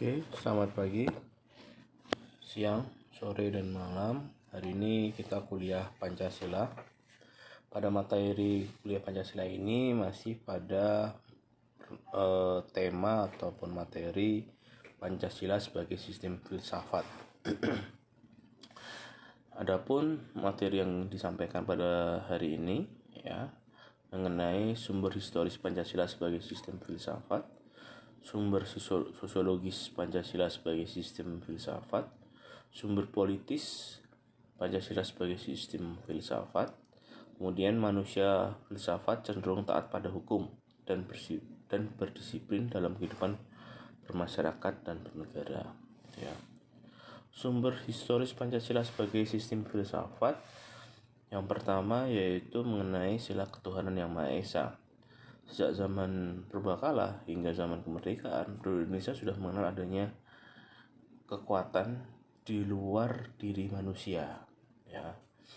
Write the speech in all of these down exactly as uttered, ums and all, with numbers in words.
Oke, selamat pagi, siang, sore, dan malam. Hari ini kita kuliah Pancasila. Pada materi kuliah Pancasila ini masih pada eh, tema ataupun materi Pancasila sebagai sistem filsafat. Adapun materi yang disampaikan pada hari ini ya mengenai sumber historis Pancasila sebagai sistem filsafat, sumber sosiologis Pancasila sebagai sistem filsafat, sumber politis Pancasila sebagai sistem filsafat, kemudian manusia filsafat cenderung taat pada hukum dan bersih, dan berdisiplin dalam kehidupan bermasyarakat dan bernegara. Ya. Sumber historis Pancasila sebagai sistem filsafat yang pertama yaitu mengenai sila ketuhanan yang Maha Esa. Sejak zaman purbakala hingga zaman kemerdekaan, Indonesia sudah mengenal adanya kekuatan di luar diri manusia, ya.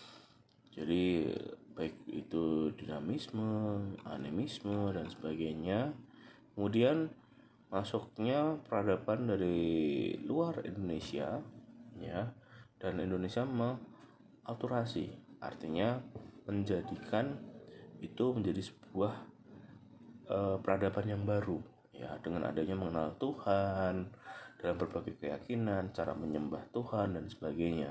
Jadi baik itu dinamisme, animisme dan sebagainya. Kemudian masuknya peradaban dari luar Indonesia, ya, dan Indonesia mengakulturasi, artinya menjadikan itu menjadi sebuah Uh, peradaban yang baru, ya, dengan adanya mengenal Tuhan dalam berbagai keyakinan, cara menyembah Tuhan dan sebagainya.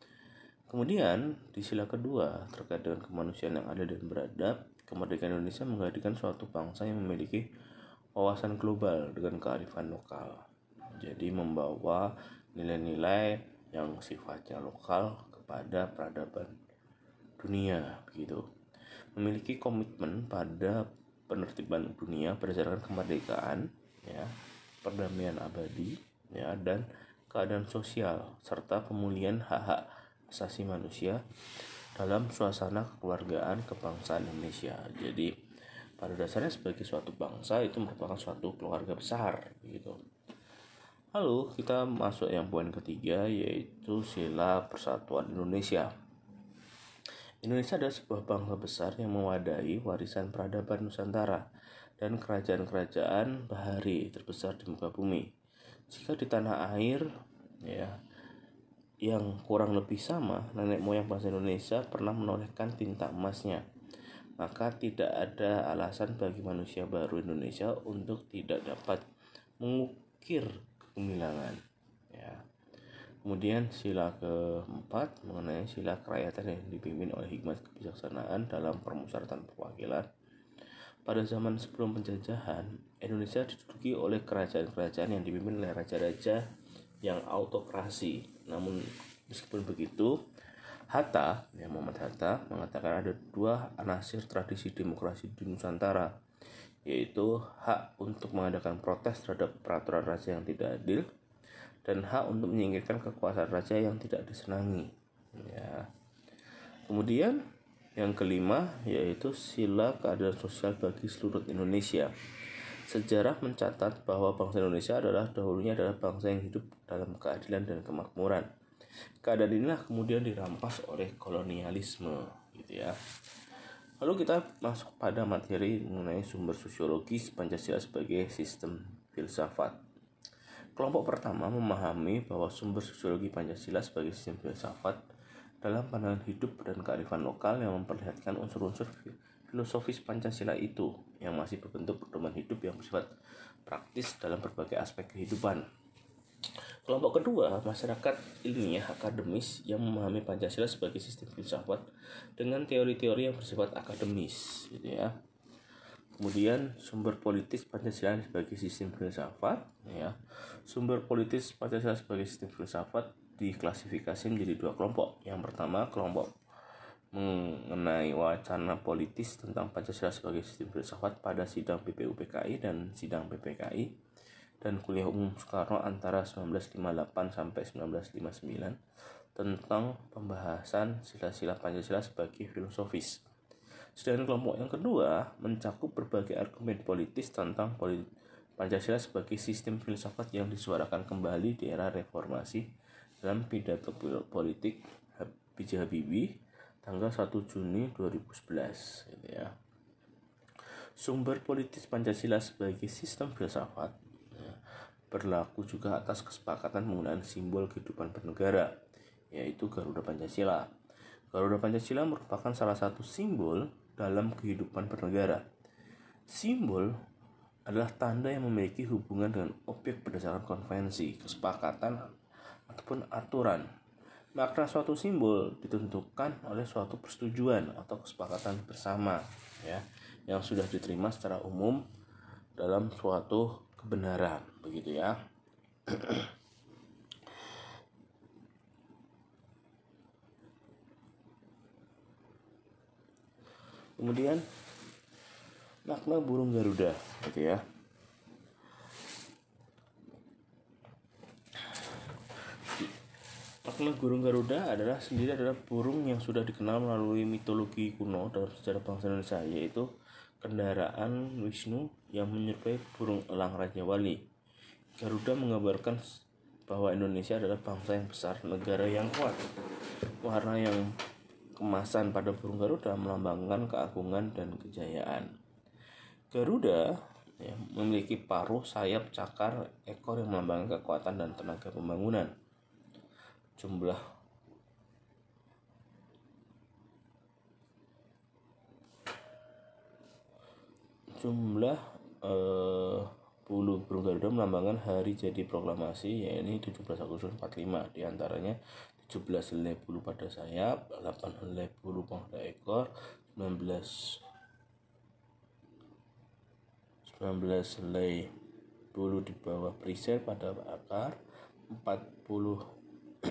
Kemudian di sila kedua terkait dengan kemanusiaan yang adil dan beradab, kemerdekaan Indonesia menghadirkan suatu bangsa yang memiliki wawasan global dengan kearifan lokal. Jadi membawa nilai-nilai yang sifatnya lokal kepada peradaban dunia, begitu. Memiliki komitmen pada penertiban dunia berdasarkan kemerdekaan, ya, perdamaian abadi, ya, dan keadaan sosial serta pemulihan hak-hak asasi manusia dalam suasana kekeluargaan kebangsaan Indonesia. Jadi pada dasarnya sebagai suatu bangsa itu merupakan suatu keluarga besar, gitu. Lalu kita masuk yang poin ketiga, yaitu sila persatuan Indonesia. Indonesia adalah sebuah bangsa besar yang mewadahi warisan peradaban Nusantara dan kerajaan-kerajaan bahari terbesar di muka bumi. Jika di tanah air, ya, yang kurang lebih sama, nenek moyang bangsa Indonesia pernah menorehkan tinta emasnya, maka tidak ada alasan bagi manusia baru Indonesia untuk tidak dapat mengukir kegemilangan, ya. Kemudian sila keempat mengenai sila kerakyatan yang dipimpin oleh hikmat kebijaksanaan dalam permusyawaratan perwakilan. Pada zaman sebelum penjajahan, Indonesia diduduki oleh kerajaan-kerajaan yang dipimpin oleh raja-raja yang autokrasi. Namun meskipun begitu, Hatta, ya, Muhammad Hatta mengatakan ada dua anasir tradisi demokrasi di Nusantara, yaitu hak untuk mengadakan protes terhadap peraturan raja yang tidak adil dan hak untuk menyingkirkan kekuasaan raja yang tidak disenangi, ya. Kemudian yang kelima yaitu sila keadilan sosial bagi seluruh Indonesia. Sejarah mencatat bahwa bangsa Indonesia adalah dahulunya adalah bangsa yang hidup dalam keadilan dan kemakmuran. Keadaan inilah kemudian dirampas oleh kolonialisme, gitu ya. Lalu kita masuk pada materi mengenai sumber sosiologis Pancasila sebagai sistem filsafat. Kelompok pertama memahami bahwa sumber sosiologi Pancasila sebagai sistem filsafat dalam pandangan hidup dan kearifan lokal yang memperlihatkan unsur-unsur filosofis Pancasila itu yang masih berbentuk pedoman hidup yang bersifat praktis dalam berbagai aspek kehidupan. Kelompok kedua, masyarakat ilmiah akademis yang memahami Pancasila sebagai sistem filsafat dengan teori-teori yang bersifat akademis, gitu ya. Kemudian sumber politis Pancasila sebagai sistem filsafat, ya. Sumber politis Pancasila sebagai sistem filsafat diklasifikasi menjadi dua kelompok. Yang pertama, kelompok mengenai wacana politis tentang Pancasila sebagai sistem filsafat pada sidang B P U P K I dan sidang P P K I dan kuliah umum Soekarno antara seribu sembilan ratus lima puluh delapan sampai seribu sembilan ratus lima puluh sembilan tentang pembahasan sila-sila Pancasila sebagai filosofis. Sedangkan kelompok yang kedua mencakup berbagai argumen politis tentang Pancasila sebagai sistem filsafat yang disuarakan kembali di era reformasi dalam pidato politik B J Habibie tanggal satu Juni dua ribu sebelas, gitu ya. Sumber politis Pancasila sebagai sistem filsafat, ya. berlaku juga atas kesepakatan penggunaan simbol kehidupan bernegara, yaitu Garuda Pancasila. Garuda Pancasila merupakan salah satu simbol dalam kehidupan bernegara. Simbol adalah tanda yang memiliki hubungan dengan objek berdasarkan konvensi, kesepakatan, ataupun aturan. Makna suatu simbol ditentukan oleh suatu persetujuan atau kesepakatan bersama, ya, yang sudah diterima secara umum dalam suatu kebenaran, begitu ya. Kemudian makna burung Garuda, gitu ya. Makna burung Garuda adalah sendiri adalah burung yang sudah dikenal melalui mitologi kuno dalam sejarah bangsa Indonesia, yaitu kendaraan Wisnu yang menyerupai burung elang Raja Wali. Garuda menggambarkan bahwa Indonesia adalah bangsa yang besar, negara yang kuat. Warna yang kemasan pada burung Garuda melambangkan keagungan dan kejayaan. Garuda ya, memiliki paruh, sayap, cakar, ekor yang melambangkan kekuatan dan tenaga pembangunan. Jumlah jumlah eh, bulu burung Garuda melambangkan hari jadi proklamasi, yaitu tujuh belas Agustus empat puluh lima. Di antaranya tujuh belas helai bulu pada sayap, delapan helai bulu pada ekor, sembilan belas helai bulu di bawah perisai pada akar, empat puluh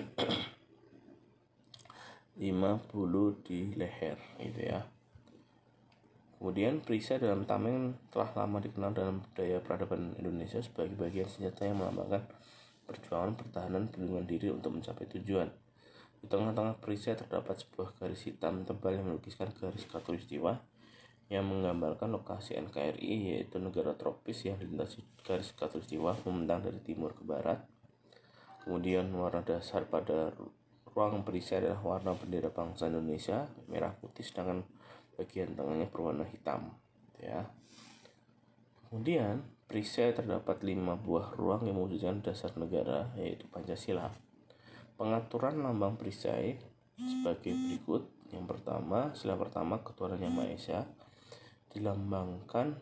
lima bulu di leher, gitu ya. Kemudian perisai dalam tameng telah lama dikenal dalam budaya peradaban Indonesia sebagai bagian senjata yang melambangkan perjuangan, pertahanan, perlindungan diri untuk mencapai tujuan. Di tengah-tengah perisai terdapat sebuah garis hitam tebal yang melukiskan garis khatulistiwa yang menggambarkan lokasi N K R I, yaitu negara tropis yang dilintasi garis khatulistiwa membentang dari timur ke barat. Kemudian warna dasar pada ruang perisai adalah warna bendera bangsa Indonesia, merah putih, sedangkan bagian tengahnya berwarna hitam, ya. Kemudian perisai terdapat lima buah ruang yang mewujudkan dasar negara, yaitu Pancasila. Pengaturan lambang perisai sebagai berikut. Yang pertama, sila pertama, ketuhanan Yang Maha Esa, dilambangkan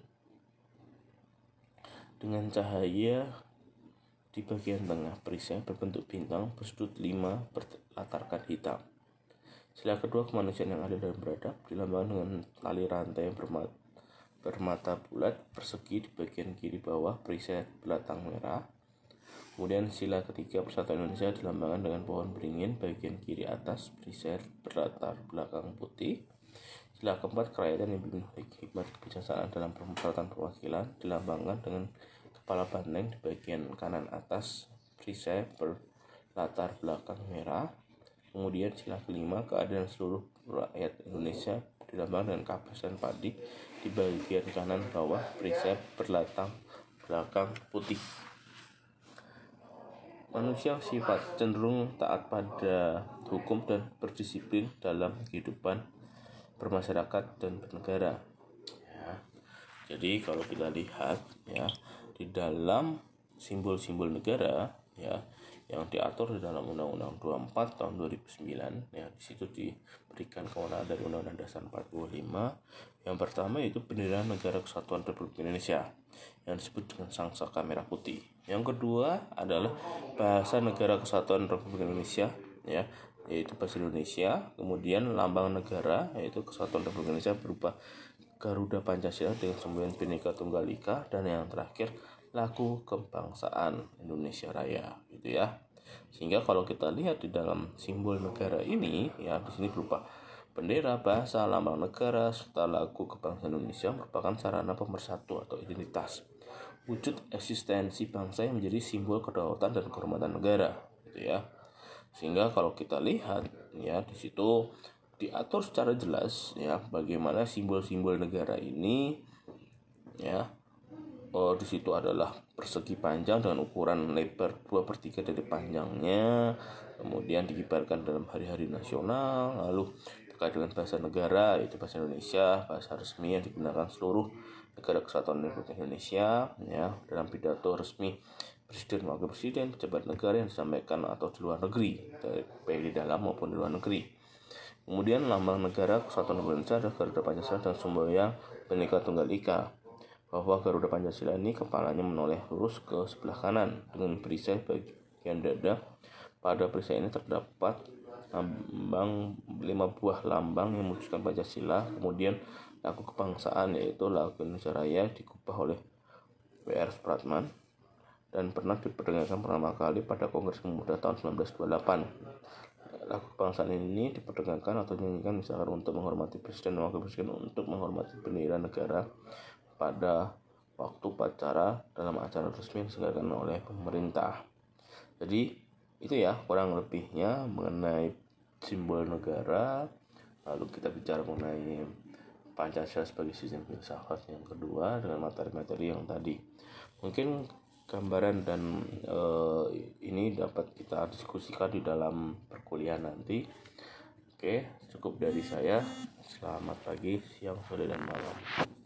dengan cahaya di bagian tengah perisai berbentuk bintang bersudut lima berlatarkan hitam. Sila kedua, kemanusiaan yang adil dan beradab, dilambangkan dengan tali rantai yang bermata, bermata bulat persegi di bagian kiri bawah perisai berlatang merah. Kemudian sila ketiga, persatuan Indonesia, dilambangkan dengan pohon beringin bagian kiri atas perisai berlatar belakang putih. Sila keempat, kerakyatan yang bimbing hikmat kebijaksanaan dalam perhelatan perwakilan, dilambangkan dengan kepala banteng di bagian kanan atas perisai berlatar belakang merah. Kemudian sila kelima, keadilan seluruh rakyat Indonesia, dilambangkan dengan kapas dan padi di bagian kanan bawah perisai berlatar belakang putih. Manusia sifat cenderung taat pada hukum dan berdisiplin dalam kehidupan bermasyarakat dan bernegara. Ya. Jadi kalau kita lihat ya, di dalam simbol-simbol negara ya yang diatur di dalam Undang-Undang dua puluh empat tahun dua ribu sembilan, ya di situ diberikan kewenangan dari Undang-Undang Dasar empat puluh lima. Yang pertama yaitu bendera Negara Kesatuan Republik Indonesia yang disebut dengan sangsaka merah putih. Yang kedua adalah bahasa Negara Kesatuan Republik Indonesia, ya yaitu bahasa Indonesia. Kemudian lambang negara yaitu Kesatuan Republik Indonesia berupa Garuda Pancasila dengan semboyan Bhinneka Tunggal Ika, dan yang terakhir lagu kebangsaan Indonesia Raya, gitu ya. Sehingga kalau kita lihat di dalam simbol negara ini, ya di sini berupa bendera, bahasa, lambang negara serta lagu kebangsaan Indonesia merupakan sarana pemersatu atau identitas, wujud eksistensi bangsa yang menjadi simbol kedaulatan dan kehormatan negara, gitu ya. Sehingga kalau kita lihat ya di situ diatur secara jelas ya bagaimana simbol-simbol negara ini ya. Oh, di situ adalah persegi panjang dengan ukuran lebar dua per tiga dari panjangnya, kemudian dikibarkan dalam hari-hari nasional. Lalu terkait dengan bahasa negara, yaitu bahasa Indonesia, bahasa resmi yang digunakan seluruh negara kesatuan Republik Indonesia ya dalam pidato resmi presiden, wakil presiden, pejabat negara yang disampaikan atau di luar negeri, baik di dalam maupun di luar negeri. Kemudian lambang negara Kesatuan Republik Indonesia adalah Garuda Pancasila dan semboyan Bhinneka Tunggal Ika, bahwa Garuda Pancasila ini kepalanya menoleh lurus ke sebelah kanan dengan perisai bagian dada. Pada perisai ini terdapat lambang lima buah lambang yang mewujudkan Pancasila. Kemudian lagu kebangsaan yaitu lagu Indonesia Raya dikubah oleh W R Supratman dan pernah diperdengarkan pertama kali pada Kongres Pemuda tahun sembilan belas dua puluh delapan. Lagu kebangsaan ini diperdengarkan atau dinyanyikan misalkan untuk menghormati presiden dan wakil presiden, untuk menghormati bendera negara pada waktu upacara dalam acara resmi yang diselenggarakan oleh pemerintah. Jadi itu ya kurang lebihnya mengenai simbol negara. Lalu kita bicara mengenai Pancasila sebagai sistem filsafat yang kedua dengan materi-materi yang tadi. Mungkin gambaran dan e, ini dapat kita diskusikan di dalam perkuliahan nanti. Oke, cukup dari saya. Selamat pagi, siang, sore, dan malam.